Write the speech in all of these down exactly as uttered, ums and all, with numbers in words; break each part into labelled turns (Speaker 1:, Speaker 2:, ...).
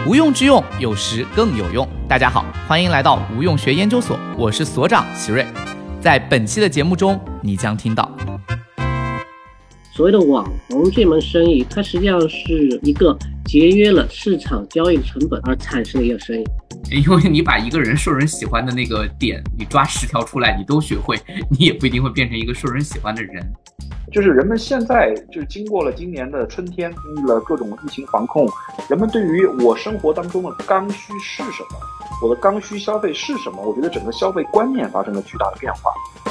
Speaker 1: 无用之用，有时更有用。大家好，欢迎来到无用学研究所，我是所长席瑞。在本期的节目中，你将听到
Speaker 2: 所谓的网红这门生意，它实际上是一个节约了市场交易成本而产生的一个生意。
Speaker 3: 因为你把一个人受人喜欢的那个点，你抓十条出来，你都学会，你也不一定会变成一个受人喜欢的人。
Speaker 4: 就是人们现在就是经过了今年的春天，经历了各种疫情防控，人们对于我生活当中的刚需是什么，我的刚需消费是什么，我觉得整个消费观念发生了巨大的变化。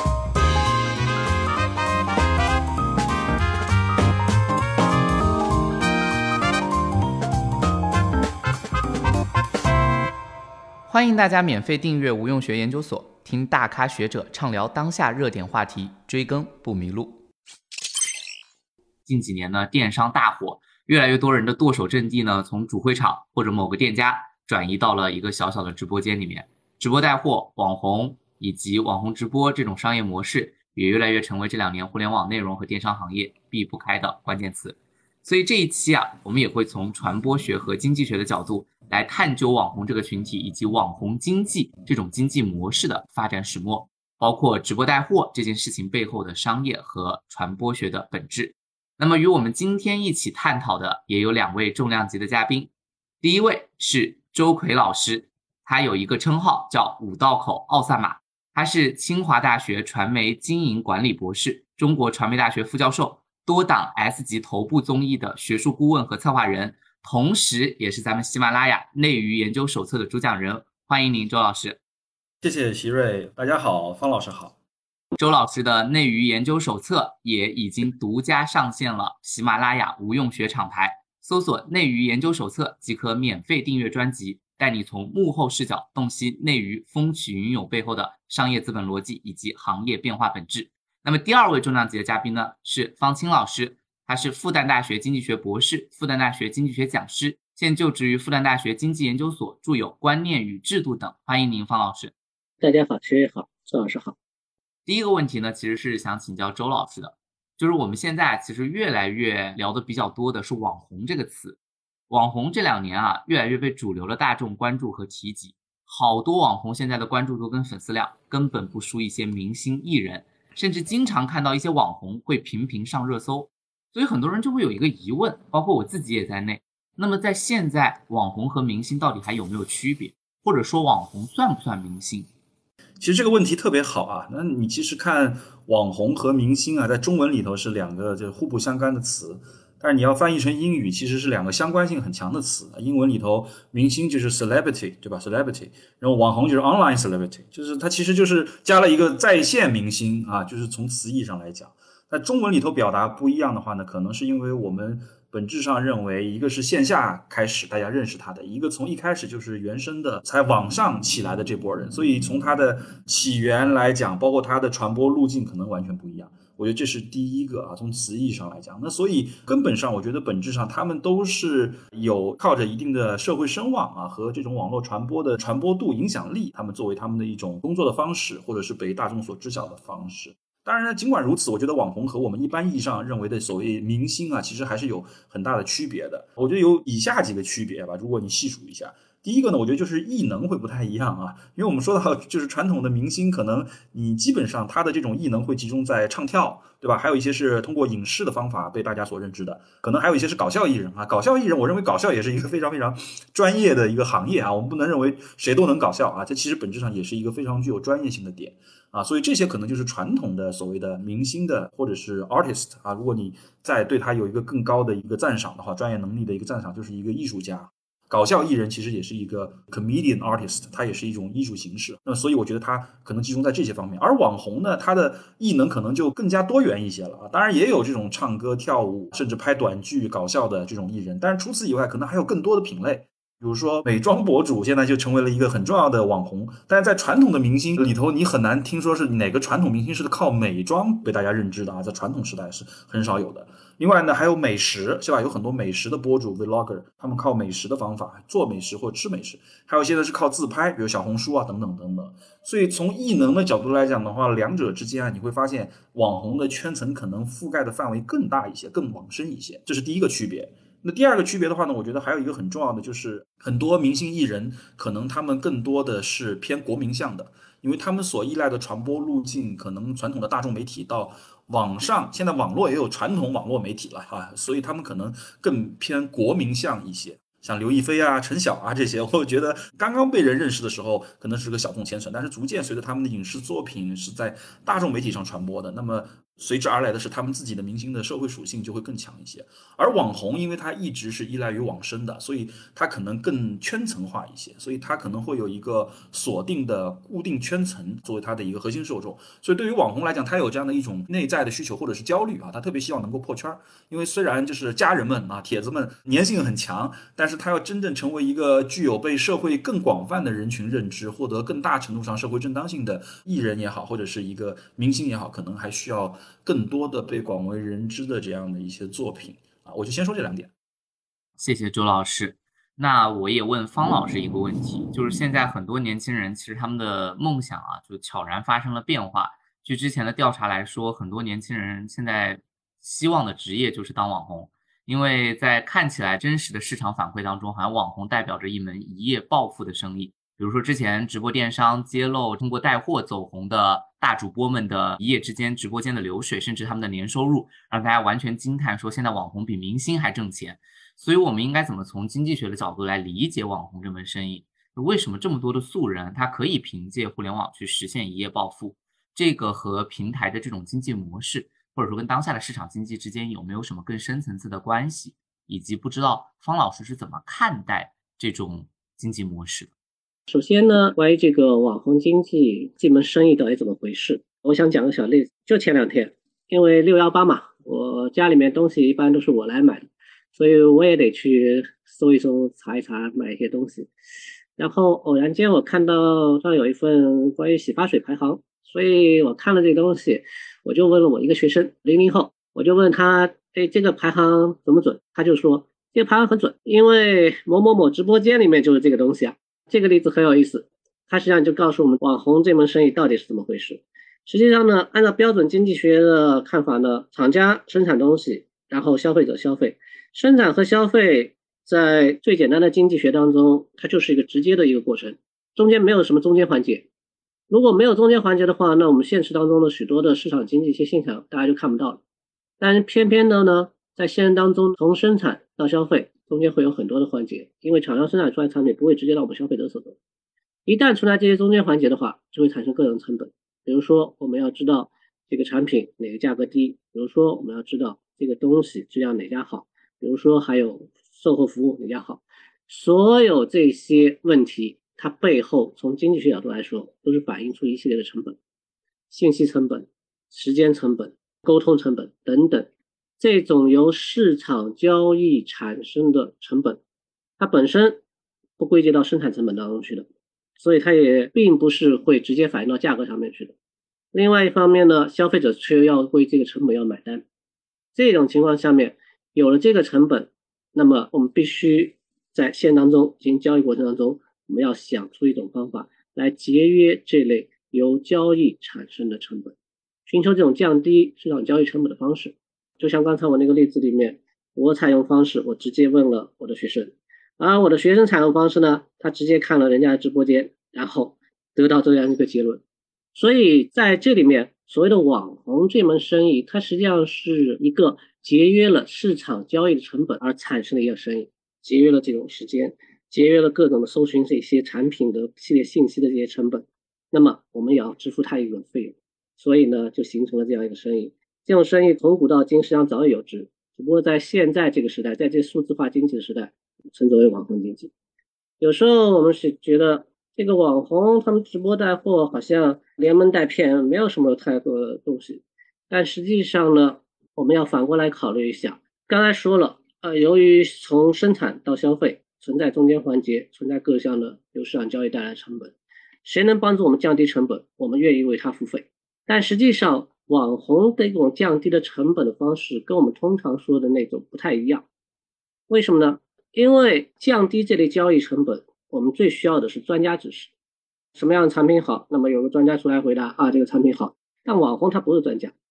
Speaker 1: 欢迎大家免费订阅无用学研究所，听大咖学者畅聊当下热点话题，追更不迷路。
Speaker 3: 近几年呢，电商大火，越来越多人的剁手阵地呢，从主会场或者某个店家转移到了一个小小的直播间里面。直播带货、网红以及网红直播这种商业模式，也越来越成为这两年互联网内容和电商行业避不开的关键词。所以这一期啊，我们也会从传播学和经济学的角度来探究网红这个群体以及网红经济这种经济模式的发展始末，包括直播带货这件事情背后的商业和传播学的本质。那么与我们今天一起探讨的也有两位重量级的嘉宾。第一位是周奎老师，他有一个称号叫五道口奥萨马，他是清华大学传媒经营管理博士，中国传媒大学副教授，多档 S 级头部综艺的学术顾问和策划人，同时也是咱们喜马拉雅内娱研究手册的主讲人。欢迎您，周老师。
Speaker 5: 谢谢席瑞，大家好，方老师好。
Speaker 3: 周老师的内娱研究手册也已经独家上线了喜马拉雅无用学厂牌，搜索内娱研究手册即可免费订阅专辑，带你从幕后视角洞悉内娱风起云涌背后的商业资本逻辑以及行业变化本质。那么第二位重量级的嘉宾呢，是方清老师，他是复旦大学经济学博士，复旦大学经济学讲师，现就职于复旦大学经济研究所，著有《观念与制度》等。欢迎您，方老师。
Speaker 2: 大家好，学员好，周老师好。
Speaker 3: 第一个问题呢，其实是想请教周老师的，就是我们现在其实越来越聊的比较多的是网红这个词。网红这两年啊，越来越被主流的大众关注和提及，好多网红现在的关注度跟粉丝量根本不输一些明星艺人，甚至经常看到一些网红会频频上热搜。所以很多人就会有一个疑问，包括我自己也在内，那么在现在网红和明星到底还有没有区别，或者说网红算不算明星？
Speaker 5: 其实这个问题特别好啊，那你其实看网红和明星啊，在中文里头是两个就互不相干的词，但是你要翻译成英语，其实是两个相关性很强的词。英文里头明星就是 celebrity， 对吧 celebrity， 然后网红就是 online celebrity， 就是它其实就是加了一个在线明星啊，就是从词义上来讲。在中文里头表达不一样的话呢，可能是因为我们本质上认为一个是线下开始大家认识他的，一个从一开始就是原生的才往上起来的这波人，所以从他的起源来讲，包括他的传播路径可能完全不一样。我觉得这是第一个啊，从词义上来讲。那所以根本上我觉得本质上他们都是有靠着一定的社会声望啊和这种网络传播的传播度影响力，他们作为他们的一种工作的方式，或者是被大众所知晓的方式。当然尽管如此，我觉得网红和我们一般意义上认为的所谓明星啊，其实还是有很大的区别的。我觉得有以下几个区别吧，如果你细数一下。第一个呢，我觉得就是艺能会不太一样啊，因为我们说到就是传统的明星，可能你基本上他的这种艺能会集中在唱跳，对吧？还有一些是通过影视的方法被大家所认知的，可能还有一些是搞笑艺人啊。搞笑艺人，我认为搞笑也是一个非常非常专业的一个行业啊，我们不能认为谁都能搞笑啊，这其实本质上也是一个非常具有专业性的点啊。所以这些可能就是传统的所谓的明星的或者是 artist 啊，如果你再对他有一个更高的一个赞赏的话，专业能力的一个赞赏，就是一个艺术家。搞笑艺人其实也是一个 comedian artist， 它也是一种艺术形式。那所以我觉得它可能集中在这些方面。而网红呢，它的艺能可能就更加多元一些了啊。当然也有这种唱歌跳舞甚至拍短剧搞笑的这种艺人，但是除此以外可能还有更多的品类。比如说美妆博主现在就成为了一个很重要的网红，但是在传统的明星里头，你很难听说是哪个传统明星是靠美妆被大家认知的啊，在传统时代是很少有的。另外呢，还有美食，是吧？有很多美食的博主 vlogger， 他们靠美食的方法做美食或吃美食，还有一些呢是靠自拍，比如小红书啊等等等等。所以从艺能的角度来讲的话，两者之间啊，你会发现网红的圈层可能覆盖的范围更大一些，更往深一些，这是第一个区别。 那第二个区别的话呢，我觉得还有一个很重要的，就是很多明星艺人可能他们更多的是偏国民向的，因为他们所依赖的传播路径，可能传统的大众媒体到网上，现在网络也有传统网络媒体了啊，所以他们可能更偏国民向一些。像刘亦菲啊、陈晓啊这些，我觉得刚刚被人认识的时候，可能是个小众千存，但是逐渐随着他们的影视作品是在大众媒体上传播的，那么随之而来的是他们自己的明星的社会属性就会更强一些。而网红，因为它一直是依赖于网生的，所以它可能更圈层化一些，所以它可能会有一个锁定的固定圈层作为它的一个核心受众。所以对于网红来讲，他有这样的一种内在的需求或者是焦虑啊，他特别希望能够破圈，因为虽然就是家人们啊、帖子们粘性很强，但是他要真正成为一个具有被社会更广泛的人群认知、获得更大程度上社会正当性的艺人也好，或者是一个明星也好，可能还需要更多的被广为人知的这样的一些作品啊。我就先说这两点。
Speaker 3: 谢谢周老师。那我也问方老师一个问题，就是现在很多年轻人其实他们的梦想啊，就悄然发生了变化。据之前的调查来说，很多年轻人现在希望的职业就是当网红，因为在看起来真实的市场反馈当中，好像网红代表着一门一夜暴富的生意。比如说之前直播电商揭露通过带货走红的大主播们的一夜之间直播间的流水，甚至他们的年收入，让大家完全惊叹说现在网红比明星还挣钱。所以我们应该怎么从经济学的角度来理解网红这门生意？为什么这么多的素人他可以凭借互联网去实现一夜暴富？这个和平台的这种经济模式，或者说跟当下的市场经济之间有没有什么更深层次的关系？以及不知道方老师是怎么看待这种经济模式的？
Speaker 2: 首先呢，关于这个网红经济这门生意到底怎么回事，我想讲个小例子。就前两天，因为六一八嘛，我家里面东西一般都是我来买的，所以我也得去搜一搜、查一查，买一些东西。然后偶然间我看到上有一份关于洗发水排行，所以我看了这个东西，我就问了我一个学生，零零后，我就问他，哎，这个排行怎么准？他就说这个排行很准，因为某某某直播间里面就是这个东西啊。这个例子很有意思，它实际上就告诉我们网红这门生意到底是怎么回事。实际上呢，按照标准经济学的看法呢，厂家生产东西，然后消费者消费，生产和消费在最简单的经济学当中，它就是一个直接的一个过程，中间没有什么中间环节。如果没有中间环节的话，那我们现实当中的许多的市场经济一些现象大家就看不到了。但是偏偏的呢，在现实当中，从生产到消费中间会有很多的环节，因为厂商生产出来的产品不会直接到我们消费者手中。一旦存在这些中间环节的话，就会产生各种成本。比如说我们要知道这个产品哪个价格低，比如说我们要知道这个东西质量哪家好，比如说还有售后服务哪家好。所有这些问题它背后从经济学角度来说都是反映出一系列的成本，信息成本、时间成本、沟通成本等等。这种由市场交易产生的成本，它本身不归结到生产成本当中去的，所以它也并不是会直接反映到价格上面去的。另外一方面呢，消费者却要为这个成本要买单。这种情况下面，有了这个成本，那么我们必须在现当中进行交易过程当中，我们要想出一种方法来节约这类由交易产生的成本，寻求这种降低市场交易成本的方式。就像刚才我那个例子里面，我采用方式，我直接问了我的学生，而我的学生采用方式呢，他直接看了人家的直播间，然后得到这样一个结论。所以在这里面，所谓的网红这门生意，它实际上是一个节约了市场交易的成本而产生的一个生意，节约了这种时间，节约了各种的搜寻这些产品的系列信息的这些成本，那么我们也要支付它一个费用，所以呢，就形成了这样一个生意。这种生意从古到今实际上早已有之，只不过在现在这个时代，在这数字化经济的时代，称之为网红经济。有时候我们是觉得这个网红他们直播带货好像连蒙带骗，没有什么太多的东西，但实际上呢，我们要反过来考虑一下。刚才说了，呃，由于从生产到消费存在中间环节，存在各项的由市场交易带来的成本，谁能帮助我们降低成本，我们愿意为它付费。但实际上网红的一种降低的成本的方式跟我们通常说的那种不太一样。为什么呢？因为降低这类交易成本，我们最需要的是专家知识。什么样的产品好，那么有个专家出来回答啊，这个产品好。但网红他不是专家，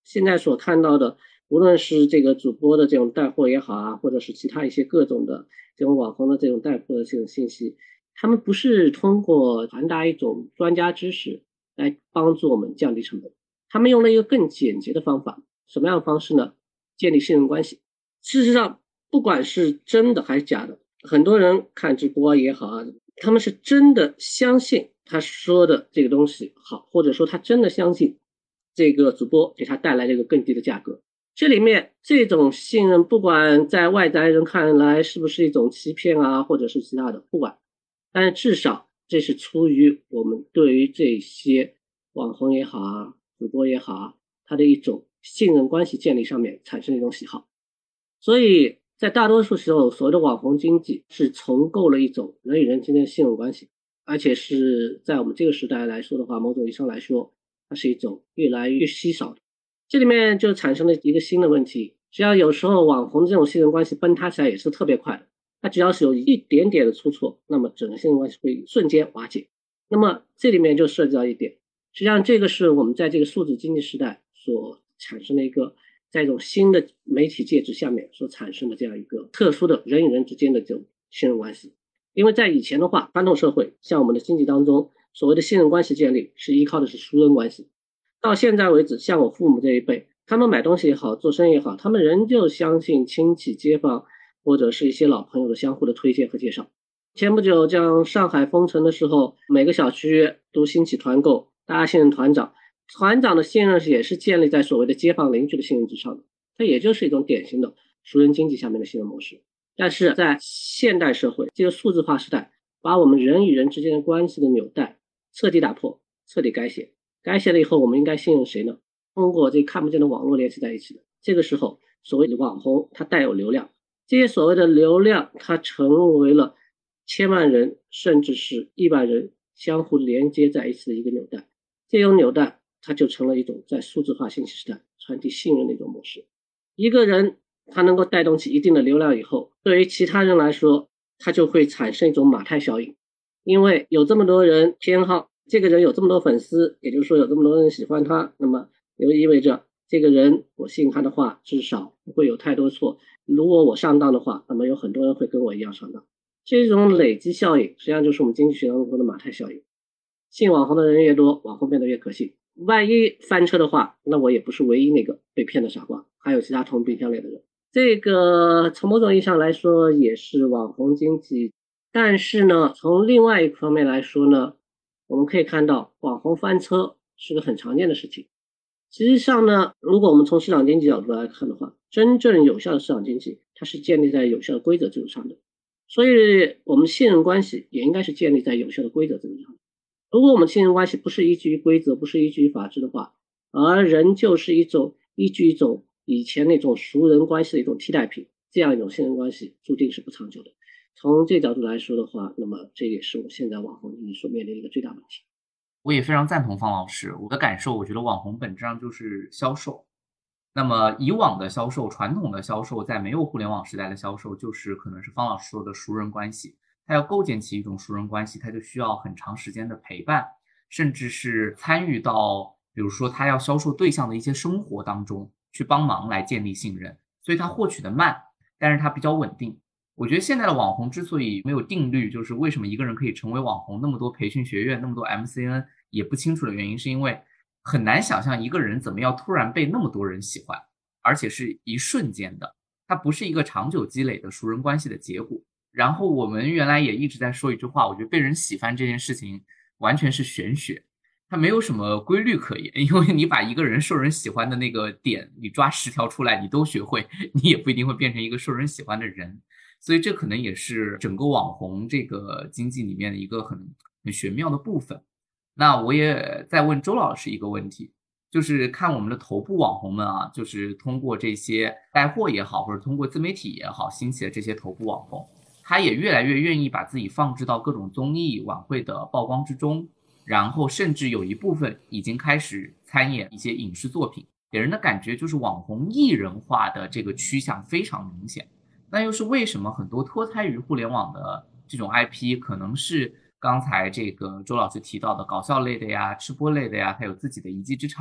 Speaker 2: 现在所看到的，无论是这个主播的这种带货也好啊，或者是其他一些各种的这种网红的这种带货的这种信息，他们不是通过传达一种专家知识来帮助我们降低成本，他们用了一个更简洁的方法。什么样的方式呢？建立信任关系。事实上，不管是真的还是假的，很多人看直播也好啊，他们是真的相信他说的这个东西好，或者说他真的相信这个主播给他带来了一个更低的价格。这里面这种信任，不管在外在人看来是不是一种欺骗啊，或者是其他的，不管，但是至少这是出于我们对于这些网红也好啊，主播也好啊，他的一种信任关系建立上面产生的一种喜好。所以在大多数时候，所谓的网红经济是重构了一种人与人之间的信任关系，而且是在我们这个时代来说的话，某种意义上来说，它是一种越来越稀少的。这里面就产生了一个新的问题，只要有时候网红这种信任关系崩塌起来也是特别快的，它只要是有一点点的出错，那么整个信任关系会瞬间瓦解。那么这里面就涉及到一点，实际上这个是我们在这个数字经济时代所产生的一个，在一种新的媒体介质下面所产生的这样一个特殊的人与人之间的这种信任关系。因为在以前的话，传统社会像我们的经济当中，所谓的信任关系建立是依靠的是熟人关系。到现在为止，像我父母这一辈，他们买东西也好，做生意也好，他们仍旧相信亲戚街坊或者是一些老朋友的相互的推荐和介绍。前不久像上海封城的时候，每个小区都兴起团购，大家信任团长，团长的信任也是建立在所谓的街坊邻居的信任之上的，这也就是一种典型的熟人经济下面的信任模式。但是在现代社会这个数字化时代，把我们人与人之间的关系的纽带彻底打破，彻底改写。改写了以后，我们应该信任谁呢？通过这看不见的网络联系在一起的。这个时候，所谓的网红它带有流量，这些所谓的流量它成为了千万人甚至是亿万人相互连接在一起的一个纽带。这种纽带它就成了一种在数字化信息时代传递信任的一种模式。一个人他能够带动起一定的流量以后，对于其他人来说，他就会产生一种马太效应。因为有这么多人偏好，这个人有这么多粉丝，也就是说有这么多人喜欢他，那么就意味着这个人我信他的话至少不会有太多错，如果我上当的话，那么有很多人会跟我一样上当。这种累积效应实际上就是我们经济学当中的马太效应。信网红的人越多，网红变得越可信。万一翻车的话，那我也不是唯一那个被骗的傻瓜，还有其他同病相怜的人。这个从某种意义上来说也是网红经济，但是呢，从另外一方面来说呢，我们可以看到网红翻车是个很常见的事情。实际上呢，如果我们从市场经济角度来看的话，真正有效的市场经济它是建立在有效的规则制度上的，所以我们信任关系也应该是建立在有效的规则制度上的。如果我们信任关系不是依据于规则，不是依据于法治的话，而人就是一种依据一种以前那种熟人关系的一种替代品，这样一种信任关系注定是不长久的。从这角度来说的话，那么这也是我们现在网红经济所面临的一个最大问题。
Speaker 3: 我也非常赞同方老师，我的感受，我觉得网红本质上就是销售。那么以往的销售，传统的销售，在没有互联网时代的销售，就是可能是方老师说的熟人关系。他要构建起一种熟人关系，他就需要很长时间的陪伴，甚至是参与到比如说他要销售对象的一些生活当中去帮忙来建立信任，所以他获取的慢，但是他比较稳定。我觉得现在的网红之所以没有定律，就是为什么一个人可以成为网红，那么多培训学院，那么多 M C N 也不清楚的原因，是因为很难想象一个人怎么样突然被那么多人喜欢，而且是一瞬间的，它不是一个长久积累的熟人关系的结果。然后我们原来也一直在说一句话，我觉得被人喜欢这件事情完全是玄学，它没有什么规律可言，因为你把一个人受人喜欢的那个点，你抓十条出来，你都学会，你也不一定会变成一个受人喜欢的人。所以这可能也是整个网红这个经济里面的一个很很玄妙的部分。那我也再问周老师一个问题，就是看我们的头部网红们啊，就是通过这些带货也好，或者通过自媒体也好，兴起的这些头部网红，他也越来越愿意把自己放置到各种综艺晚会的曝光之中，然后甚至有一部分已经开始参演一些影视作品，给人的感觉就是网红艺人化的这个趋向非常明显。那又是为什么很多脱胎于互联网的这种 I P 可能是刚才这个周老师提到的搞笑类的呀、吃播类的呀，还有自己的一技之长，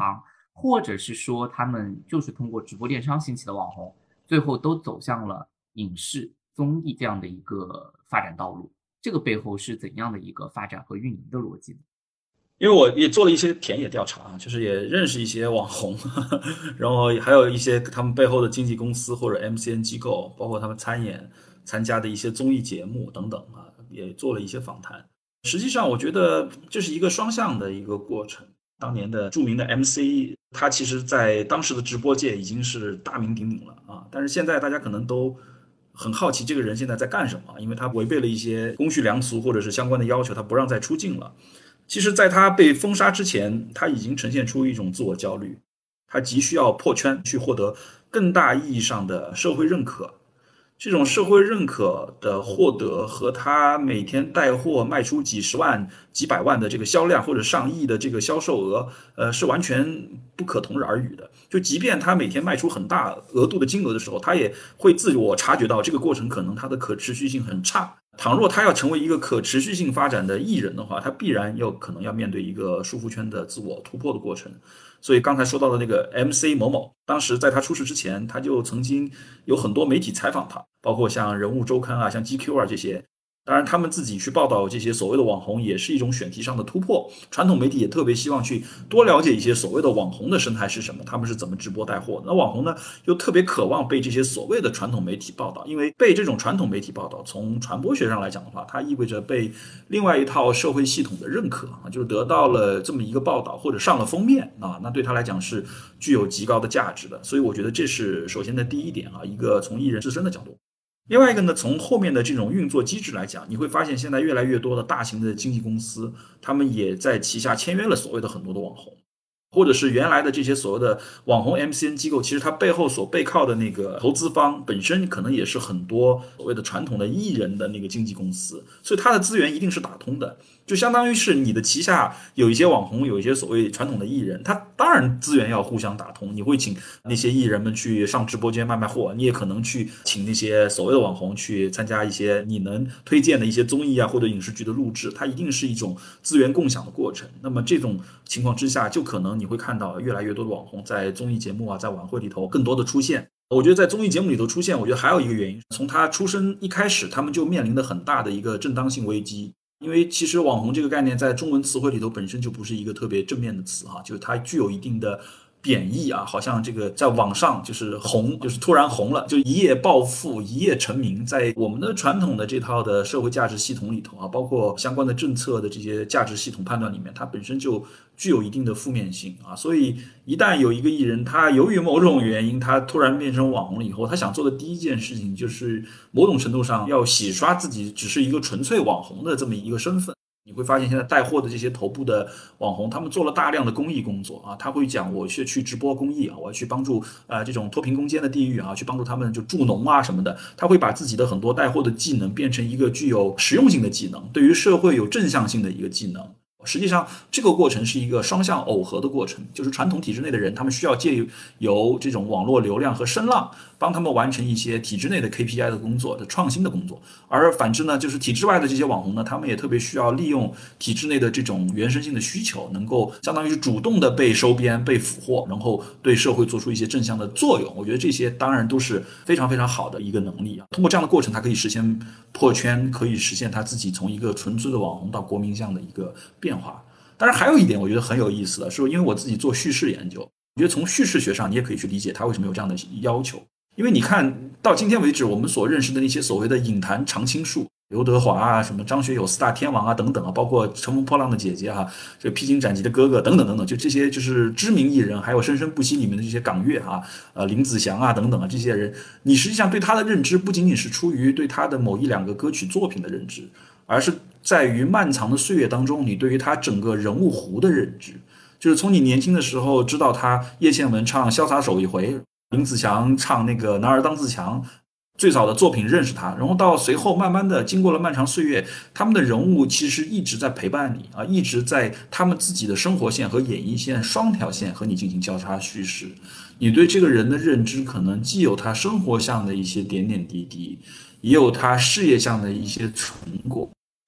Speaker 3: 或者是说他们就是通过直播电商兴起的网红，最后都走向了影视综艺这样的一个发展道路。这个背后是怎样的一个发展和运营的逻辑呢？
Speaker 5: 因为我也做了一些田野调查，就是也认识一些网红，呵呵，然后还有一些他们背后的经纪公司或者 M C N 机构，包括他们参演参加的一些综艺节目等等啊，也做了一些访谈。实际上，我觉得这是一个双向的一个过程。当年的著名的 M C， 他其实在当时的直播界已经是大名鼎鼎了啊，但是现在大家可能都很好奇这个人现在在干什么，因为他违背了一些公序良俗或者是相关的要求，他不让再出镜了。其实在他被封杀之前，他已经呈现出一种自我焦虑，他急需要破圈去获得更大意义上的社会认可。这种社会认可的获得和他每天带货卖出几十万、几百万的这个销量或者上亿的这个销售额，呃，是完全不可同日而语的。就即便他每天卖出很大额度的金额的时候，他也会自我察觉到这个过程可能它的可持续性很差。倘若他要成为一个可持续性发展的艺人的话，他必然要可能要面对一个束缚圈的自我突破的过程。所以刚才说到的那个 M C 某某，当时在他出事之前，他就曾经有很多媒体采访他，包括像人物周刊啊、像 G Q 啊这些。当然，他们自己去报道这些所谓的网红，也是一种选题上的突破。传统媒体也特别希望去多了解一些所谓的网红的生态是什么，他们是怎么直播带货的。那网红呢，又特别渴望被这些所谓的传统媒体报道，因为被这种传统媒体报道，从传播学上来讲的话，它意味着被另外一套社会系统的认可啊，就是得到了这么一个报道或者上了封面啊，那对他来讲是具有极高的价值的。所以我觉得这是首先的第一点啊，一个从艺人自身的角度。另外一个呢，从后面的这种运作机制来讲，你会发现现在越来越多的大型的经纪公司，他们也在旗下签约了所谓的很多的网红，或者是原来的这些所谓的网红 M C N 机构，其实它背后所背靠的那个投资方本身可能也是很多所谓的传统的艺人的那个经纪公司，所以它的资源一定是打通的，就相当于是你的旗下有一些网红，有一些所谓传统的艺人，他当然资源要互相打通，你会请那些艺人们去上直播间卖卖货，你也可能去请那些所谓的网红去参加一些你能推荐的一些综艺啊或者影视剧的录制，它一定是一种资源共享的过程。那么这种情况之下，就可能你会看到越来越多的网红在综艺节目啊，在晚会里头更多的出现。我觉得在综艺节目里头出现，我觉得还有一个原因，从他出生一开始，他们就面临的很大的一个正当性危机。因为其实网红这个概念在中文词汇里头本身就不是一个特别正面的词哈，就是它具有一定的贬义啊，好像这个在网上就是红，就是突然红了，就一夜暴富、一夜成名。在我们的传统的这套的社会价值系统里头啊，包括相关的政策的这些价值系统判断里面，它本身就具有一定的负面性啊。所以一旦有一个艺人，他由于某种原因，他突然变成网红了以后，他想做的第一件事情就是某种程度上要洗刷自己只是一个纯粹网红的这么一个身份。你会发现现在带货的这些头部的网红，他们做了大量的公益工作啊，他会讲我是去直播公益啊，我要去帮助呃这种脱贫攻坚的地域啊，去帮助他们就助农啊什么的，他会把自己的很多带货的技能变成一个具有实用性的技能，对于社会有正向性的一个技能。实际上这个过程是一个双向耦合的过程，就是传统体制内的人，他们需要借由这种网络流量和声浪帮他们完成一些体制内的 K P I 的工作的创新的工作，而反之呢，就是体制外的这些网红呢，他们也特别需要利用体制内的这种原生性的需求，能够相当于是主动的被收编、被俘获，然后对社会做出一些正向的作用。我觉得这些当然都是非常非常好的一个能力啊。通过这样的过程，他可以实现破圈，可以实现他自己从一个纯粹的网红到国民向的一个变化。当然还有一点我觉得很有意思的是，因为我自己做叙事研究，我觉得从叙事学上你也可以去理解他为什么有这样的要求。因为你看到今天为止我们所认识的那些所谓的影坛常青树，刘德华啊，什么张学友四大天王啊等等啊，包括乘风破浪的姐姐哈、啊，这披荆斩棘的哥哥等等等等，就这些就是知名艺人，还有生生不息里面的这些港乐啊，呃林子祥啊等等啊，这些人，你实际上对他的认知不仅仅是出于对他的某一两个歌曲作品的认知，而是在于漫长的岁月当中，你对于他整个人物弧的认知，就是从你年轻的时候知道他叶倩文唱《潇洒走一回》，林子祥唱那个《男儿当自强》。最早的作品认识他，然后到随后慢慢的经过了漫长岁月，他们的人物其实一直在陪伴你啊，一直在他们自己的生活线和演艺线双条线和你进行交叉叙事。你对这个人的认知可能既有他生活上的一些点点滴滴，也有他事业上的一些成果。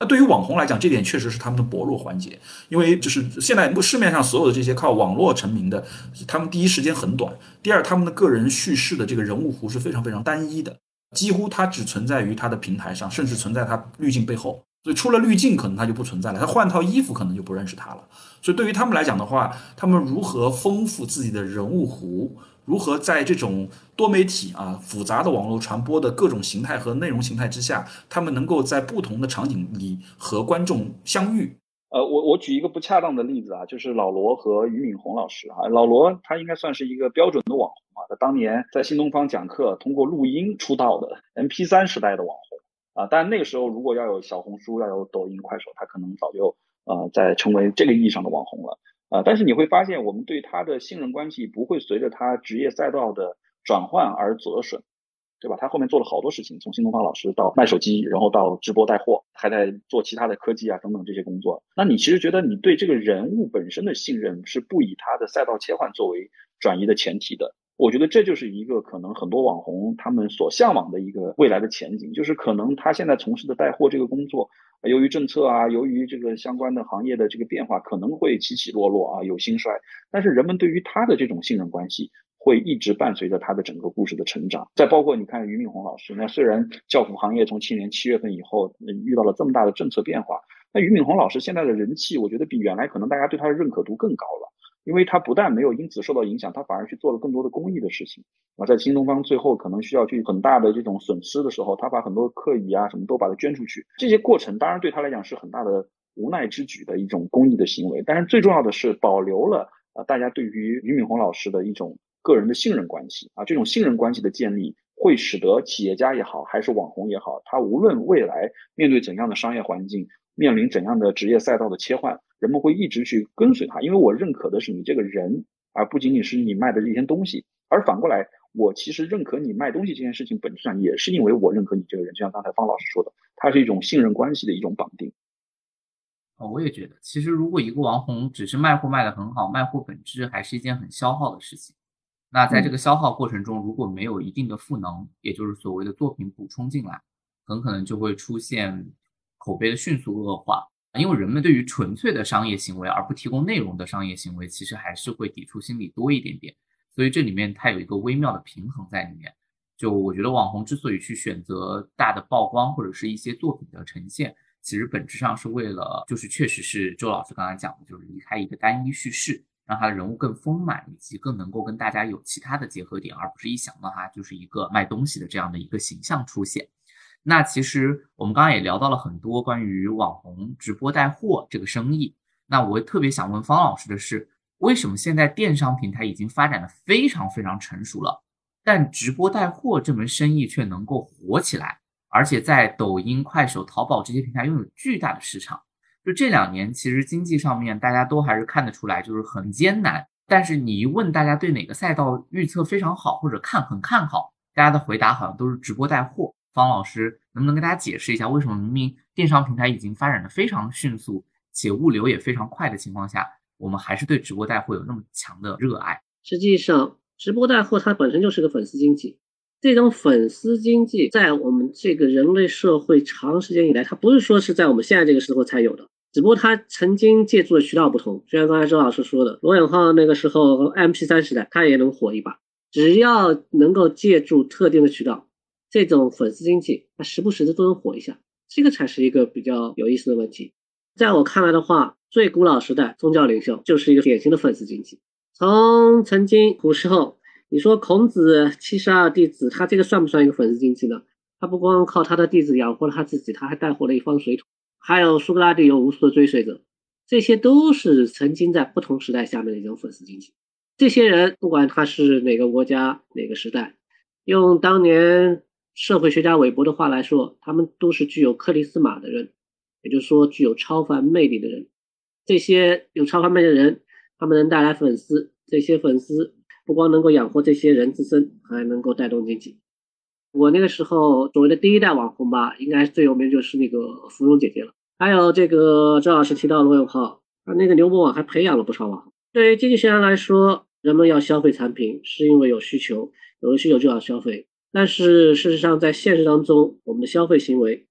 Speaker 5: 那对于网红来讲，这点确实是他们的薄弱环节，因为就是现在市面上所有的这些靠网络成名的，他们第一时间很短，第二他们的个人叙事的这个人物弧是非常非常单一的，几乎它只存在于它的平台上，甚至存在它滤镜背后。所以出了滤镜可能它就不存在了，他换套衣服可能就不认识他了。所以对于他们来讲的话，他们如何丰富自己的人物弧，如何在这种多媒体啊复杂的网络传播的各种形态和内容形态之下，他们能够在不同的场景里和观众相遇。
Speaker 4: 呃，我我举一个不恰当的例子啊，就是老罗和俞敏洪老师啊。老罗他应该算是一个标准的网红啊，他当年在新东方讲课，通过录音出道的 M P 三 时代的网红啊。但那个时候如果要有小红书，要有抖音、快手，他可能早就呃在成为这个意义上的网红了啊。但是你会发现，我们对他的信任关系不会随着他职业赛道的转换而折损。对吧？他后面做了好多事情，从新东方老师到卖手机，然后到直播带货，还在做其他的科技啊等等这些工作。那你其实觉得你对这个人物本身的信任是不以他的赛道切换作为转移的前提的。我觉得这就是一个可能很多网红他们所向往的一个未来的前景，就是可能他现在从事的带货这个工作，由于政策啊，由于这个相关的行业的这个变化，可能会起起落落啊，有兴衰，但是人们对于他的这种信任关系会一直伴随着他的整个故事的成长。再包括你看俞敏洪老师，那虽然教辅行业从去年七月份以后遇到了这么大的政策变化，那俞敏洪老师现在的人气，我觉得比原来可能大家对他的认可度更高了。因为他不但没有因此受到影响，他反而去做了更多的公益的事情啊。在新东方最后可能需要去很大的这种损失的时候，他把很多课椅啊什么都把它捐出去。这些过程当然对他来讲是很大的无奈之举的一种公益的行为，但是最重要的是保留了啊大家对于俞敏洪老师的一种个人的信任关系啊。这种信任关系的建立会使得企业家也好，还是网红也好，他无论未来面对怎样的商业环境，面临怎样的职业赛道的切换，人们会一直去跟随他，因为我认可的是你这个人，而不仅仅是你卖的这件东西。而反过来，我其实认可你卖东西这件事情本质上也是因为我认可你这个人，就像刚才方老师说的，它是一种信任关系的一种绑定。
Speaker 3: 哦，我也觉得，其实如果一个网红只是卖货卖得很好，卖货本质还是一件很消耗的事情。那在这个消耗过程中，如果没有一定的赋能，也就是所谓的作品补充进来，很可能就会出现口碑的迅速恶化。因为人们对于纯粹的商业行为而不提供内容的商业行为，其实还是会抵触心理多一点点。所以这里面它有一个微妙的平衡在里面。就我觉得网红之所以去选择大的曝光或者是一些作品的呈现，其实本质上是为了，就是确实是周老师刚才讲的，就是离开一个单一叙事，让他的人物更丰满，以及更能够跟大家有其他的结合点，而不是一想到他就是一个卖东西的这样的一个形象出现。那其实我们刚刚也聊到了很多关于网红直播带货这个生意，那我特别想问方老师的是，为什么现在电商平台已经发展的非常非常成熟了，但直播带货这门生意却能够火起来，而且在抖音、快手、淘宝这些平台拥有巨大的市场？就这两年其实经济上面大家都还是看得出来就是很艰难，但是你一问大家对哪个赛道预测非常好或者看很看好，大家的回答好像都是直播带货。方老师能不能跟大家解释一下，为什么明明电商平台已经发展的非常迅速，且物流也非常快的情况下，我们还是对直播带货有那么强的热爱？
Speaker 2: 实际上直播带货它本身就是个粉丝经济，这种粉丝经济在我们这个人类社会长时间以来，它不是说是在我们现在这个时候才有的，只不过它曾经借助的渠道不同。就像刚才周老师说的，罗永浩那个时候 M P 三 时代他也能火一把，只要能够借助特定的渠道，这种粉丝经济它时不时的都能火一下，这个才是一个比较有意思的问题。在我看来的话，最古老时代宗教领袖就是一个典型的粉丝经济。从曾经古时候，你说孔子七十二弟子，他这个算不算一个粉丝经济呢？他不光靠他的弟子养活了他自己，他还带活了一方水土。还有苏格拉底有无数的追随者，这些都是曾经在不同时代下面的一种粉丝经济。这些人不管他是哪个国家哪个时代，用当年社会学家韦伯的话来说，他们都是具有克里斯玛的人，也就是说具有超凡魅力的人。这些有超凡魅力的人，他们能带来粉丝，这些粉丝不光能够养活这些人自身，还能够带动经济。我那个时候所谓的第一代网红吧，应该最有名就是那个芙蓉姐姐了。还有这个周老师提到罗永浩，那个牛博网还培养了不少网红。对于经济学家来说，人们要消费产品是因为有需求，有了需求就要消费。但是事实上在现实当中，我们的消费行为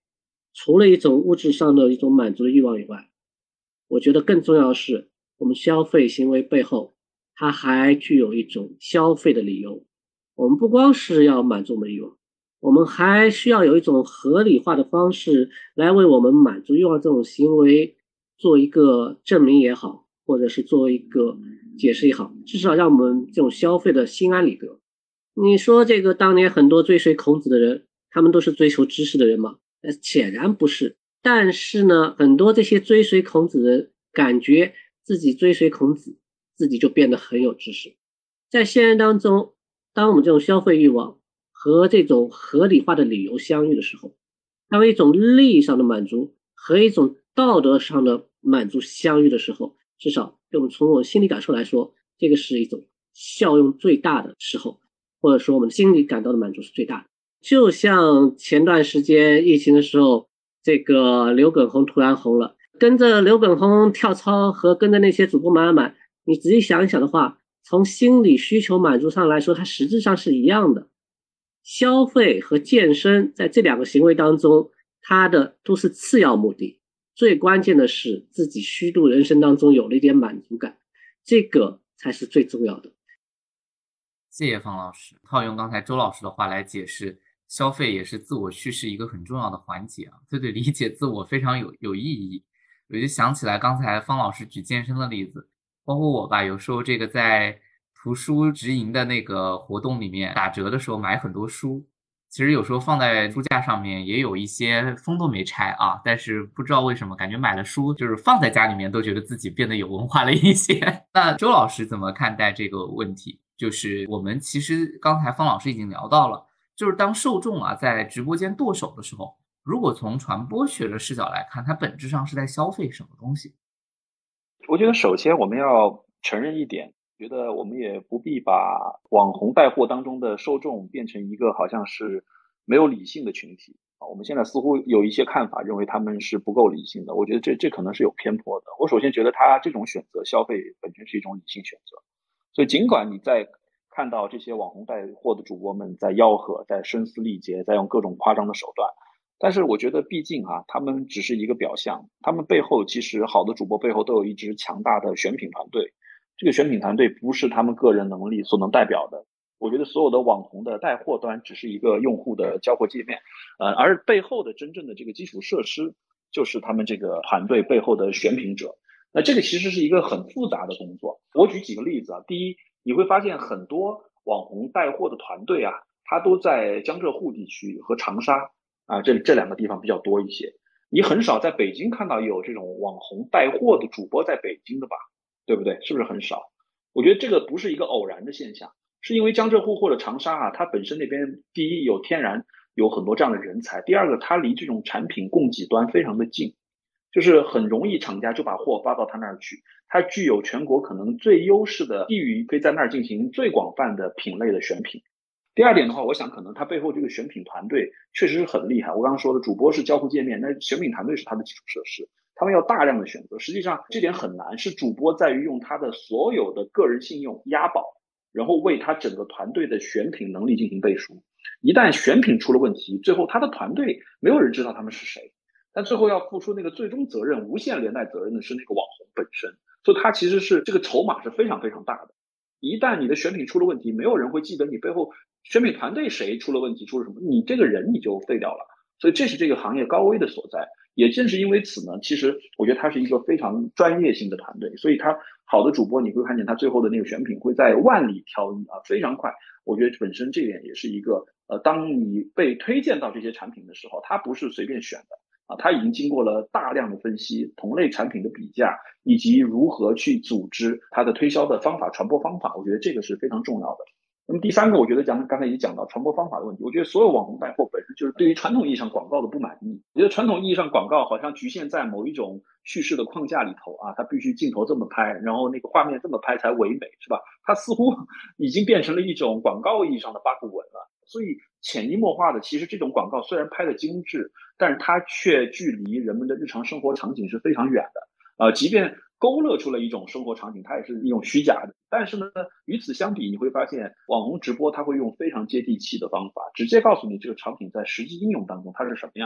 Speaker 2: 除了一种物质上的一种满足的欲望以外，我觉得更重要的是，我们消费行为背后，它还具有一种消费的理由。我们不光是要满足我们的欲望，我们还需要有一种合理化的方式来为我们满足欲望这种行为做一个证明也好，或者是做一个解释也好，至少让我们这种消费的心安理得。你说这个当年很多追随孔子的人，他们都是追求知识的人吗？呃，显然不是。但是呢，很多这些追随孔子的人感觉自己追随孔子，自己就变得很有知识。在现实当中，当我们这种消费欲望和这种合理化的理由相遇的时候，它为一种利益上的满足和一种道德上的满足相遇的时候，至少对我们从我们心理感受来说，这个是一种效用最大的时候，或者说我们心里感到的满足是最大的。就像前段时间疫情的时候，这个刘畊宏突然红了，跟着刘畊宏跳操和跟着那些主播买买买，你仔细想一想的话，从心理需求满足上来说，它实质上是一样的。消费和健身在这两个行为当中，它的都是次要目的，最关键的是自己虚度人生当中有了一点满足感，这个才是最重要的。
Speaker 3: 谢谢方老师，套用刚才周老师的话来解释，消费也是自我叙事一个很重要的环节啊，这对理解自我非常有有意义。我就想起来刚才方老师举健身的例子，包括我吧，有时候这个在图书直营的那个活动里面打折的时候买很多书，其实有时候放在书架上面也有一些封都没拆啊，但是不知道为什么感觉买了书就是放在家里面都觉得自己变得有文化了一些。那周老师怎么看待这个问题？就是我们其实刚才方老师已经聊到了，就是当受众啊在直播间剁手的时候，如果从传播学的视角来看，它本质上是在消费什么东西？
Speaker 4: 我觉得首先我们要承认一点，觉得我们也不必把网红带货当中的受众变成一个好像是没有理性的群体啊。我们现在似乎有一些看法认为他们是不够理性的，我觉得这这可能是有偏颇的。我首先觉得他这种选择消费本身是一种理性选择，所以尽管你在看到这些网红带货的主播们在吆喝，在声嘶力竭，在用各种夸张的手段，但是我觉得毕竟啊，他们只是一个表象，他们背后其实好的主播背后都有一支强大的选品团队，这个选品团队不是他们个人能力所能代表的。我觉得所有的网红的带货端只是一个用户的交互界面，呃，而背后的真正的这个基础设施就是他们这个团队背后的选品者。那这个其实是一个很复杂的工作。我举几个例子啊，第一，你会发现很多网红带货的团队啊，他都在江浙沪地区和长沙啊，这这两个地方比较多一些。你很少在北京看到有这种网红带货的主播在北京的吧，对不对？是不是很少？我觉得这个不是一个偶然的现象，是因为江浙沪或者长沙啊，它本身那边第一有天然有很多这样的人才，第二个它离这种产品供给端非常的近，就是很容易厂家就把货发到他那儿去，它具有全国可能最优势的地域，可以在那儿进行最广泛的品类的选品。第二点的话，我想可能它背后这个选品团队确实是很厉害。我刚刚说的主播是交互界面，那选品团队是它的基础设施，他们要大量的选择。实际上这点很难，是主播在于用他的所有的个人信用押宝，然后为他整个团队的选品能力进行背书。一旦选品出了问题，最后他的团队没有人知道他们是谁，但最后要付出那个最终责任、无限连带责任的是那个网红本身，所以他其实是这个筹码是非常非常大的。一旦你的选品出了问题，没有人会记得你背后选品团队谁出了问题，出了什么，你这个人你就废掉了。所以这是这个行业高危的所在。也正是因为此呢，其实我觉得它是一个非常专业性的团队，所以他好的主播你会看见他最后的那个选品会在万里挑一啊，非常快。我觉得本身这点也是一个呃，当你被推荐到这些产品的时候，它不是随便选的啊，它已经经过了大量的分析，同类产品的比价，以及如何去组织它的推销的方法、传播方法，我觉得这个是非常重要的。那么第三个，我觉得讲刚才也讲到传播方法的问题。我觉得所有网红带货本身就是对于传统意义上广告的不满意。我觉得传统意义上广告好像局限在某一种叙事的框架里头啊，它必须镜头这么拍，然后那个画面这么拍才唯美，是吧？它似乎已经变成了一种广告意义上的八股文了。所以潜移默化的，其实这种广告虽然拍的精致，但是它却距离人们的日常生活场景是非常远的。呃，即便勾勒出了一种生活场景，它也是一种虚假的。但是呢，与此相比，你会发现网红直播它会用非常接地气的方法，直接告诉你这个场景在实际应用当中它是什么样的。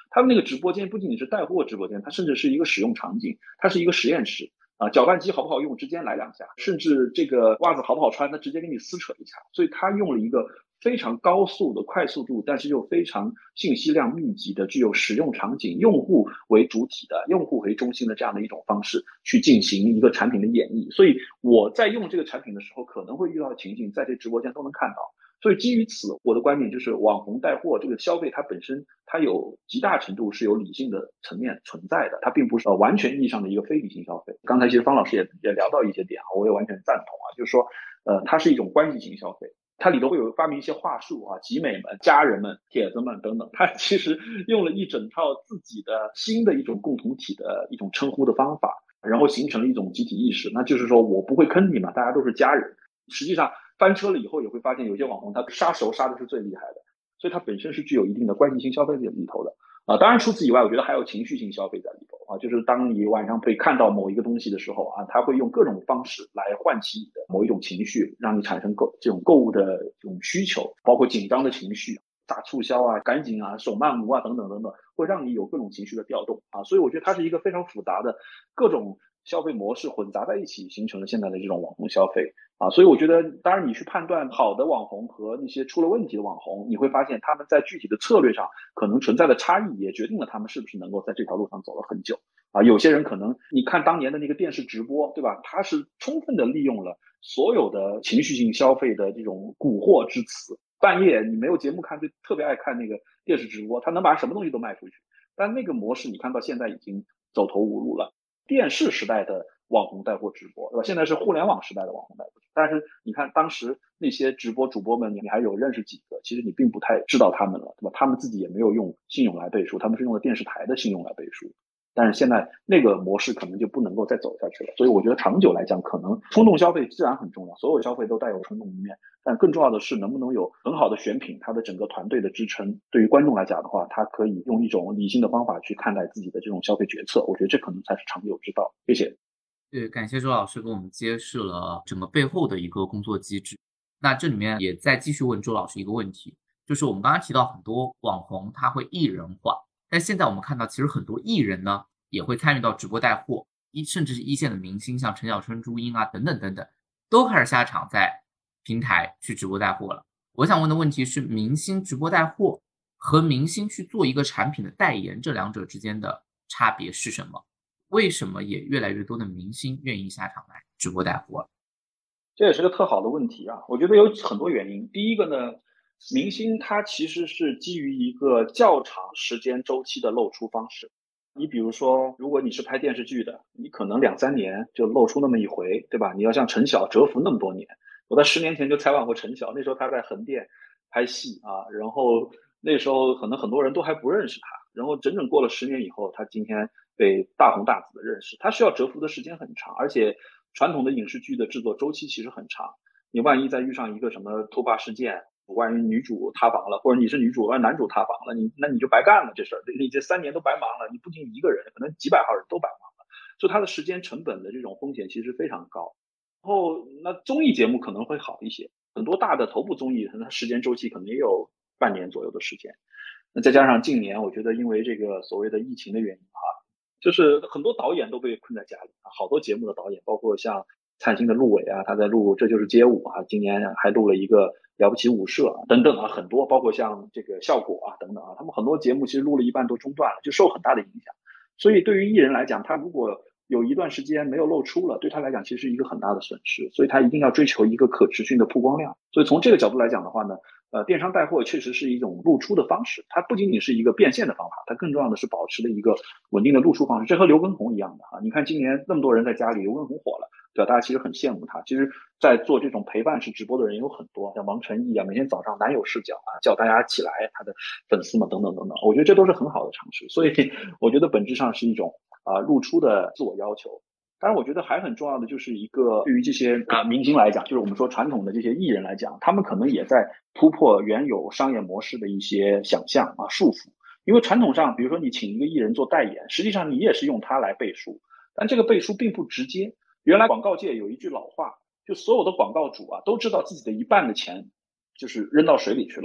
Speaker 4: 他们那个直播间不仅仅是带货直播间，它甚至是一个使用场景，它是一个实验室啊，搅拌机好不好用，直接来两下，甚至这个袜子好不好穿，它直接给你撕扯一下。所以它用了一个非常高速的快速度，但是又非常信息量密集的，具有使用场景、用户为主体的、用户为中心的这样的一种方式去进行一个产品的演绎。所以我在用这个产品的时候，可能会遇到的情境，在这直播间都能看到。所以基于此，我的观点就是网红带货这个消费它本身它有极大程度是有理性的层面存在的，它并不是完全意义上的一个非理性消费。刚才其实方老师也也聊到一些点啊，我也完全赞同啊，就是说呃它是一种关系型消费，它里头会有发明一些话术啊，集美们、家人们、帖子们等等，它其实用了一整套自己的新的一种共同体的一种称呼的方法，然后形成了一种集体意识，那就是说我不会坑你嘛，大家都是家人。实际上翻车了以后也会发现有些网红他杀熟杀的是最厉害的，所以它本身是具有一定的关系性消费在里头的啊。当然除此以外，我觉得还有情绪性消费在里头啊，就是当你晚上被看到某一个东西的时候啊，他会用各种方式来唤起你的某一种情绪，让你产生购这种购物的这种需求，包括紧张的情绪，大促销啊，赶紧啊，手慢无啊等等等等，会让你有各种情绪的调动啊。所以我觉得它是一个非常复杂的各种消费模式混杂在一起，形成了现在的这种网红消费啊。所以我觉得当然你去判断好的网红和那些出了问题的网红，你会发现他们在具体的策略上可能存在的差异，也决定了他们是不是能够在这条路上走了很久啊。有些人可能你看当年的那个电视直播，对吧，他是充分的利用了所有的情绪性消费的这种蛊惑之词，半夜你没有节目看就特别爱看那个电视直播，他能把什么东西都卖出去。但那个模式你看到现在已经走投无路了。电视时代的网红带货直播，对吧？现在是互联网时代的网红带货直播，但是你看当时那些直播主播们，你还有认识几个？其实你并不太知道他们了，对吧？他们自己也没有用信用来背书，他们是用了电视台的信用来背书。但是现在那个模式可能就不能够再走下去了，所以我觉得长久来讲，可能冲动消费自然很重要，所有消费都带有冲动一面，但更重要的是能不能有很好的选品，它的整个团队的支撑。对于观众来讲的话，他可以用一种理性的方法去看待自己的这种消费决策，我觉得这可能才是长久之道。谢谢。
Speaker 3: 对，感谢周老师给我们揭示了整个背后的一个工作机制。那这里面也再继续问周老师一个问题，就是我们刚刚提到很多网红他会艺人化，但现在我们看到其实很多艺人呢也会参与到直播带货，一甚至是一线的明星，像陈小春、朱茵啊等等等等，都开始下场在平台去直播带货了。我想问的问题是，明星直播带货和明星去做一个产品的代言，这两者之间的差别是什么？为什么也越来越多的明星愿意下场来直播带货？
Speaker 4: 这也是个特好的问题啊！我觉得有很多原因。第一个呢，明星他其实是基于一个较长时间周期的露出方式。你比如说，如果你是拍电视剧的，你可能两三年就露出那么一回，对吧？你要像陈晓蛰伏那么多年，我在十年前就采访过陈晓，那时候他在横店拍戏啊，然后那时候可能很多人都还不认识他，然后整整过了十年以后，他今天被大红大紫的认识。他需要蛰伏的时间很长，而且传统的影视剧的制作周期其实很长。你万一再遇上一个什么突发事件，万一女主塌房了，或者你是女主，而男主塌房了，你那你就白干了这事儿，你这三年都白忙了，你不仅一个人，可能几百号人都白忙了，所以它的时间成本的这种风险其实非常高。然后那综艺节目可能会好一些，很多大的头部综艺，它时间周期可能也有半年左右的时间。那再加上近年，我觉得因为这个所谓的疫情的原因啊，就是很多导演都被困在家里啊，好多节目的导演，包括像灿星的陆伟啊，他在录《这就是街舞》啊，今年还录了一个了不起舞社啊等等啊，很多包括像这个效果啊等等啊，他们很多节目其实录了一半都中断了，就受很大的影响。所以对于艺人来讲，他如果有一段时间没有露出了，对他来讲其实是一个很大的损失，所以他一定要追求一个可持续的曝光量。所以从这个角度来讲的话呢，呃，电商带货确实是一种露出的方式，它不仅仅是一个变现的方法，它更重要的是保持了一个稳定的露出方式。这和刘畊宏一样的啊，你看今年那么多人在家里，刘畊宏火了，对吧？大家其实很羡慕他。其实在做这种陪伴式直播的人有很多，像王晨毅啊，每天早上男友视角啊，叫大家起来，他的粉丝们等等等等，我觉得这都是很好的尝试。所以我觉得本质上是一种啊、呃、露出的自我要求。当然我觉得还很重要的就是一个对于这些啊、呃、明星来讲，就是我们说传统的这些艺人来讲，他们可能也在突破原有商业模式的一些想象啊束缚。因为传统上比如说你请一个艺人做代言，实际上你也是用他来背书，但这个背书并不直接。原来广告界有一句老话，就所有的广告主啊都知道自己的一半的钱就是扔到水里去了，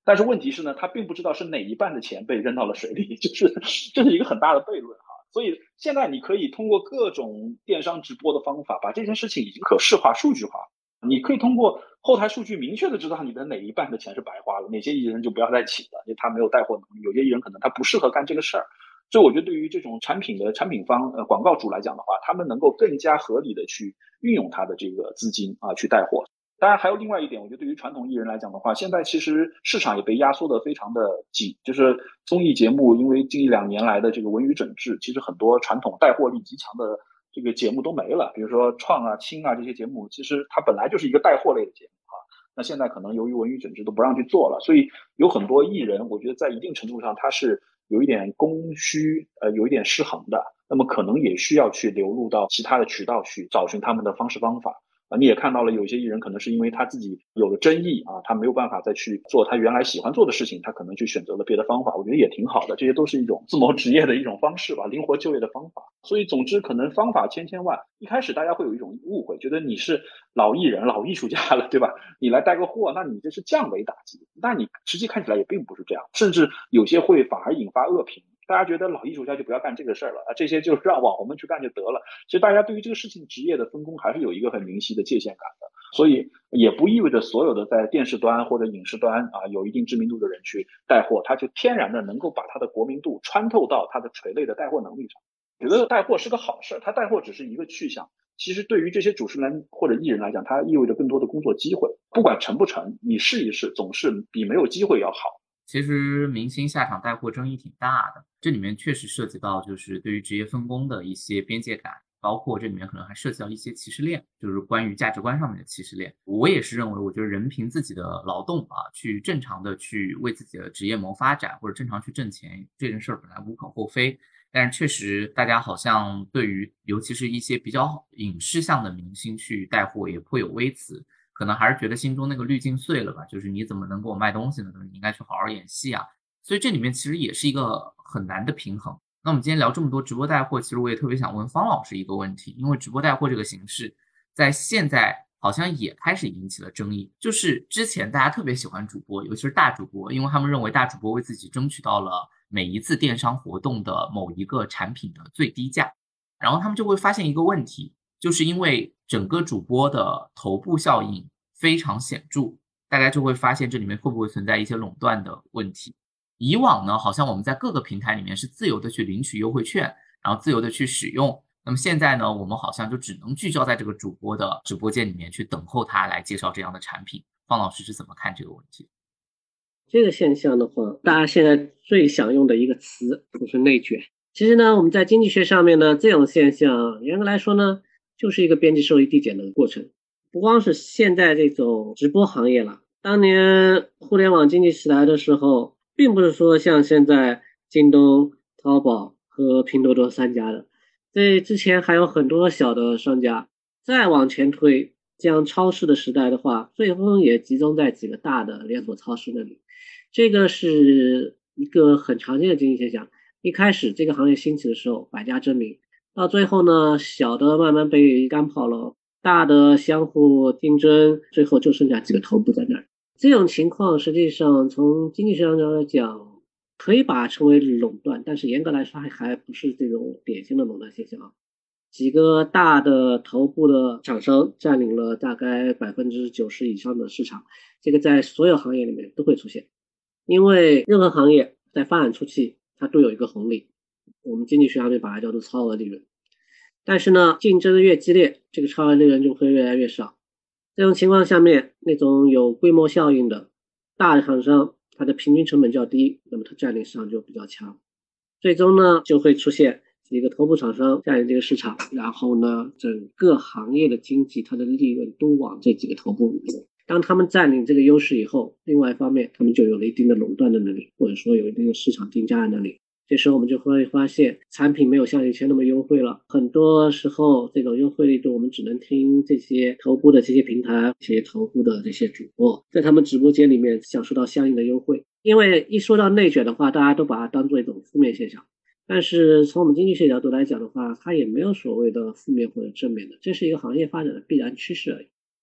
Speaker 4: 但是问题是呢，他并不知道是哪一半的钱被扔到了水里，就是这是一个很大的悖论哈。所以现在你可以通过各种电商直播的方法，把这件事情已经可视化、数据化。你可以通过后台数据明确的知道你的哪一半的钱是白花了，哪些艺人就不要再请了，因为他没有带货能力，有些艺人可能他不适合干这个事儿。所以我觉得对于这种产品的产品方呃广告主来讲的话，他们能够更加合理的去运用他的这个资金啊去带货。当然还有另外一点，我觉得对于传统艺人来讲的话，现在其实市场也被压缩的非常的紧，就是综艺节目因为近一两年来的这个文娱整治，其实很多传统带货力极强的这个节目都没了，比如说创啊、青啊这些节目，其实它本来就是一个带货类的节目啊，那现在可能由于文娱整治都不让去做了，所以有很多艺人，我觉得在一定程度上他是有一点供需呃有一点失衡的，那么可能也需要去流入到其他的渠道去找寻他们的方式方法。啊，你也看到了，有些艺人可能是因为他自己有了争议啊，他没有办法再去做他原来喜欢做的事情，他可能去选择了别的方法，我觉得也挺好的，这些都是一种自谋职业的一种方式吧，灵活就业的方法。所以总之可能方法千千万，一开始大家会有一种误会，觉得你是老艺人、老艺术家了，对吧？你来带个货，那你这是降维打击，那你实际看起来也并不是这样，甚至有些会反而引发恶评。大家觉得老艺术家就不要干这个事儿了啊，这些就让网红们去干就得了。其实大家对于这个事情职业的分工还是有一个很明晰的界限感的，所以也不意味着所有的在电视端或者影视端啊有一定知名度的人去带货，他就天然的能够把他的国民度穿透到他的垂类的带货能力上。觉得带货是个好事，他带货只是一个去向。其实对于这些主持人或者艺人来讲，它意味着更多的工作机会，不管成不成，你试一试总是比没有机会要好。
Speaker 3: 其实明星下场带货争议挺大的，这里面确实涉及到就是对于职业分工的一些边界感，包括这里面可能还涉及到一些歧视链，就是关于价值观上面的歧视链。我也是认为，我觉得人凭自己的劳动啊，去正常的去为自己的职业谋发展，或者正常去挣钱，这件事儿本来无可厚非。但是确实，大家好像对于尤其是一些比较影视向的明星去带货也颇有微词。可能还是觉得心中那个滤镜碎了吧，就是你怎么能给我卖东西呢？你应该去好好演戏啊。所以这里面其实也是一个很难的平衡。那我们今天聊这么多直播带货，其实我也特别想问方老师一个问题，因为直播带货这个形式在现在好像也开始引起了争议。就是之前大家特别喜欢主播，尤其是大主播，因为他们认为大主播为自己争取到了每一次电商活动的某一个产品的最低价，然后他们就会发现一个问题，就是因为整个主播的头部效应非常显著，大家就会发现这里面会不会存在一些垄断的问题。以往呢，好像我们在各个平台里面是自由的去领取优惠券，然后自由的去使用。那么现在呢，我们好像就只能聚焦在这个主播的直播间里面去等候他来介绍这样的产品。方老师是怎么看这个问题？
Speaker 2: 这个现象的话，大家现在最想用的一个词就是内卷。其实呢，我们在经济学上面呢，这种现象严格来说呢，就是一个边际收益递减的过程。不光是现在这种直播行业了，当年互联网经济起来的时候，并不是说像现在京东、淘宝和拼多多三家的，这之前还有很多小的商家。再往前推，像超市的时代的话，最终也集中在几个大的连锁超市那里。这个是一个很常见的经济现象。一开始这个行业兴起的时候，百家争鸣，到最后呢，小的慢慢被干跑了，大的相互竞争，最后就剩下几个头部在那儿。这种情况实际上从经济学上来讲，可以把它称为垄断，但是严格来说还还不是这种典型的垄断现象啊。几个大的头部的厂商占领了大概百分之九十以上的市场，这个在所有行业里面都会出现。因为任何行业在发展初期，它都有一个红利，我们经济学上面把它叫做超额利润。但是呢，竞争越激烈，这个超额利润就会越来越少。这种情况下面，那种有规模效应的大的厂商，它的平均成本较低，那么它占领市场就比较强。最终呢，就会出现几个头部厂商占领这个市场，然后呢，整个行业的经济它的利润都往这几个头部里面。当他们占领这个优势以后，另外一方面他们就有了一定的垄断的能力，或者说有一定的市场定价的能力。这时候我们就会发现产品没有像以前那么优惠了，很多时候这种优惠力度我们只能听这些头部的这些平台，这些头部的这些主播在他们直播间里面享受到相应的优惠。因为一说到内卷的话，大家都把它当做一种负面现象，但是从我们经济学角度来讲的话，它也没有所谓的负面或者正面的，这是一个行业发展的必然趋势而已。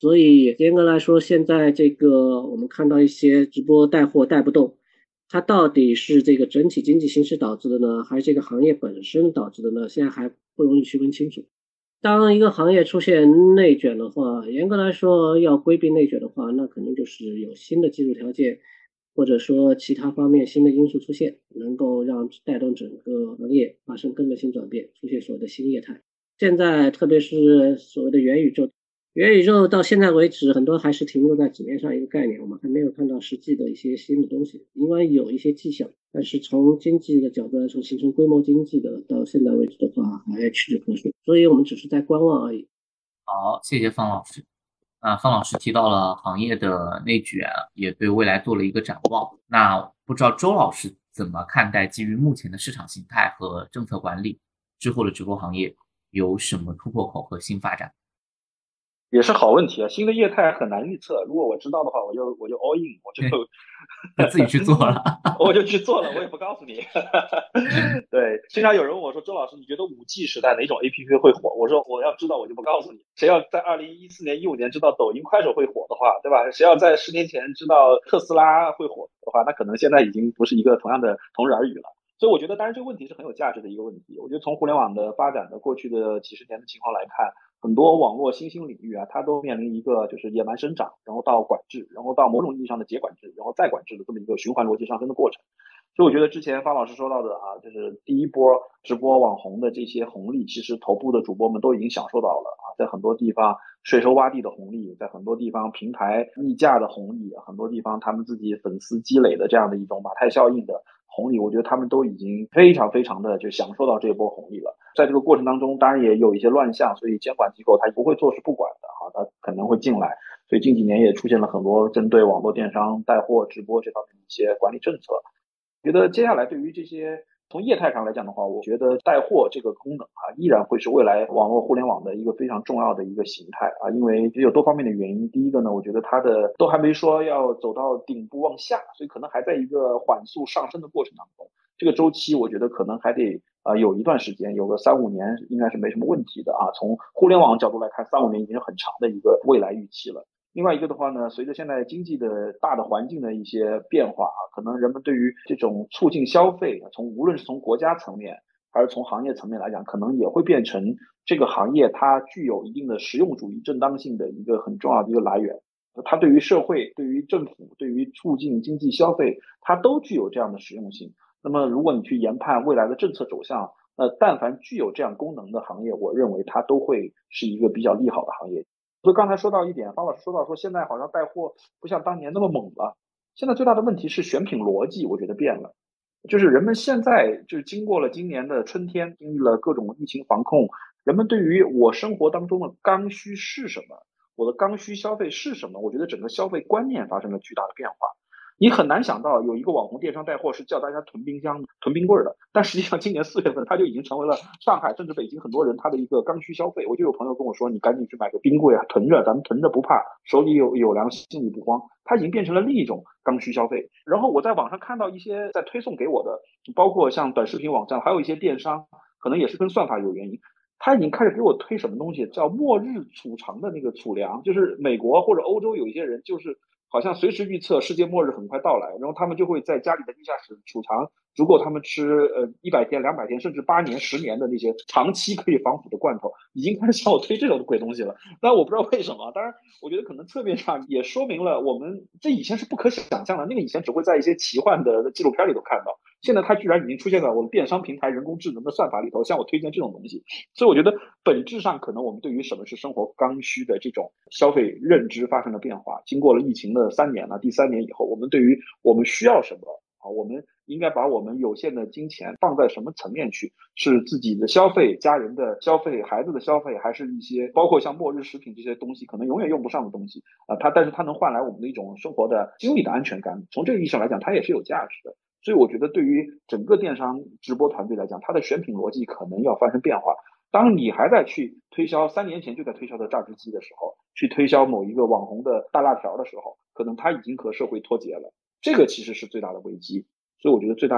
Speaker 2: 所以严格来说，现在这个我们看到一些直播带货带不动，它到底是这个整体经济形势导致的呢，还是这个行业本身导致的呢？现在还不容易区分清楚。当一个行业出现内卷的话，严格来说要规避内卷的话，那肯定就是有新的技术条件，或者说其他方面新的因素出现，能够让带动整个行业发生根本性转变，出现所谓的新业态。现在特别是所谓的元宇宙，元宇宙到现在为止，很多还是停留在纸面上一个概念，我们还没有看到实际的一些新的东西。尽管有一些迹象，但是从经济的角度来说，形成规模经济的，到现在为止的话，还屈指可数。所以我们只是在观望而已。
Speaker 3: 好，谢谢方老师。啊，方老师提到了行业的内卷，也对未来做了一个展望。那不知道周老师怎么看待基于目前的市场形态和政策管理之后的直播行业有什么突破口和新发展？
Speaker 4: 也是好问题啊，新的业态很难预测。如果我知道的话，我就我就 all in，我就
Speaker 3: 自己去做了，
Speaker 4: 我就去做了，我也不告诉你。对，经常有人问我说：“周老师，你觉得五 G 时代哪种 A P P 会火？”我说：“我要知道，我就不告诉你。谁要在二零一四年、一五年知道抖音、快手会火的话，对吧？谁要在十年前知道特斯拉会火的话，那可能现在已经不是一个同样的同日而语了。”所以我觉得，当然这个问题是很有价值的一个问题。我觉得从互联网的发展的过去的几十年的情况来看，很多网络新兴领域啊，它都面临一个就是野蛮生长，然后到管制，然后到某种意义上的节管制，然后再管制的这么一个循环逻辑上升的过程。所以我觉得之前方老师说到的啊，就是第一波直播网红的这些红利，其实头部的主播们都已经享受到了啊，在很多地方税收洼地的红利，在很多地方平台溢价的红利，很多地方他们自己粉丝积累的这样的一种马太效应的红利，我觉得他们都已经非常非常的就享受到这波红利了。在这个过程当中，当然也有一些乱象，所以监管机构它不会坐视不管的哈，它可能会进来。所以近几年也出现了很多针对网络电商带货直播这方面的一些管理政策。我觉得接下来对于这些从业态上来讲的话，我觉得带货这个功能啊，依然会是未来网络互联网的一个非常重要的一个形态啊，因为有多方面的原因。第一个呢，我觉得它的都还没说要走到顶部往下，所以可能还在一个缓速上升的过程当中。这个周期我觉得可能还得啊、呃、有一段时间，有个三五年应该是没什么问题的啊。从互联网角度来看，三五年已经是很长的一个未来预期了。另外一个的话呢，随着现在经济的大的环境的一些变化啊，可能人们对于这种促进消费，从无论是从国家层面还是从行业层面来讲，可能也会变成这个行业它具有一定的实用主义正当性的一个很重要的一个来源。它对于社会、对于政府、对于促进经济消费，它都具有这样的实用性。那么如果你去研判未来的政策走向，那但凡具有这样功能的行业，我认为它都会是一个比较利好的行业。所以刚才说到一点，方老师说到说现在好像带货不像当年那么猛了。现在最大的问题是选品逻辑，我觉得变了。就是人们现在就是经过了今年的春天，经历了各种疫情防控，人们对于我生活当中的刚需是什么，我的刚需消费是什么，我觉得整个消费观念发生了巨大的变化。你很难想到有一个网红电商带货是叫大家囤冰箱、囤冰棍的，但实际上今年四月份，它就已经成为了上海甚至北京很多人他的一个刚需消费。我就有朋友跟我说：“你赶紧去买个冰柜啊，囤着，咱们囤着不怕，手里有有粮，心里不慌。”它已经变成了另一种刚需消费。然后我在网上看到一些在推送给我的，包括像短视频网站，还有一些电商，可能也是跟算法有原因。他已经开始给我推什么东西，叫末日储藏的那个储粮，就是美国或者欧洲有一些人就是好像随时预测世界末日很快到来，然后他们就会在家里的地下室储藏足够他们吃呃一百天、两百天甚至八年、十年的那些长期可以防腐的罐头，已经开始向我推这种鬼东西了。但我不知道为什么，当然我觉得可能侧面上也说明了我们这以前是不可想象的，那个以前只会在一些奇幻的纪录片里头看到，现在它居然已经出现在我们电商平台人工智能的算法里头，向我推荐这种东西。所以我觉得本质上可能我们对于什么是生活刚需的这种消费认知发生了变化。经过了疫情的三年了，第三年以后，我们对于我们需要什么啊，我们应该把我们有限的金钱放在什么层面去？是自己的消费、家人的消费、孩子的消费，还是一些包括像末日食品这些东西可能永远用不上的东西啊？它但是它能换来我们的一种生活的心理的安全感。从这个意义上来讲，它也是有价值的。所以我觉得对于整个电商直播团队来讲，它的选品逻辑可能要发生变化。当你还在去推销三年前就在推销的榨汁机的时候，去推销某一个网红的大辣条的时候，可能它已经和社会脱节了。这个其实是最大的危机。所以我觉得最大的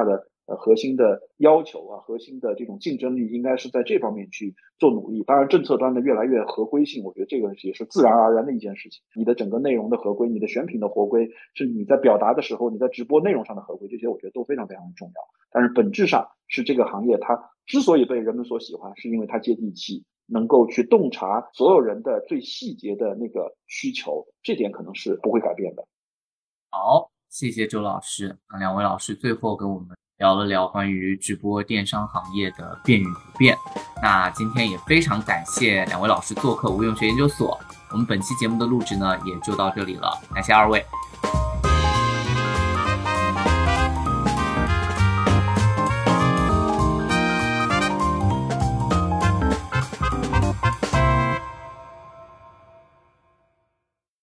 Speaker 4: 呃核心的要求啊，核心的这种竞争力应该是在这方面去做努力。当然政策端的越来越合规性，我觉得这个也是自然而然的一件事情。你的整个内容的合规，你的选品的合规，是你在表达的时候，你在直播内容上的合规，这些我觉得都非常非常的重要。但是本质上是这个行业它之所以被人们所喜欢，是因为它接地气，能够去洞察所有人的最细节的那个需求，这点可能是不会改变的。
Speaker 3: 好，谢谢周老师。那两位老师最后跟我们聊了聊关于直播电商行业的变与不变。那今天也非常感谢两位老师做客无用学研究所，我们本期节目的录制呢也就到这里了，感谢二位。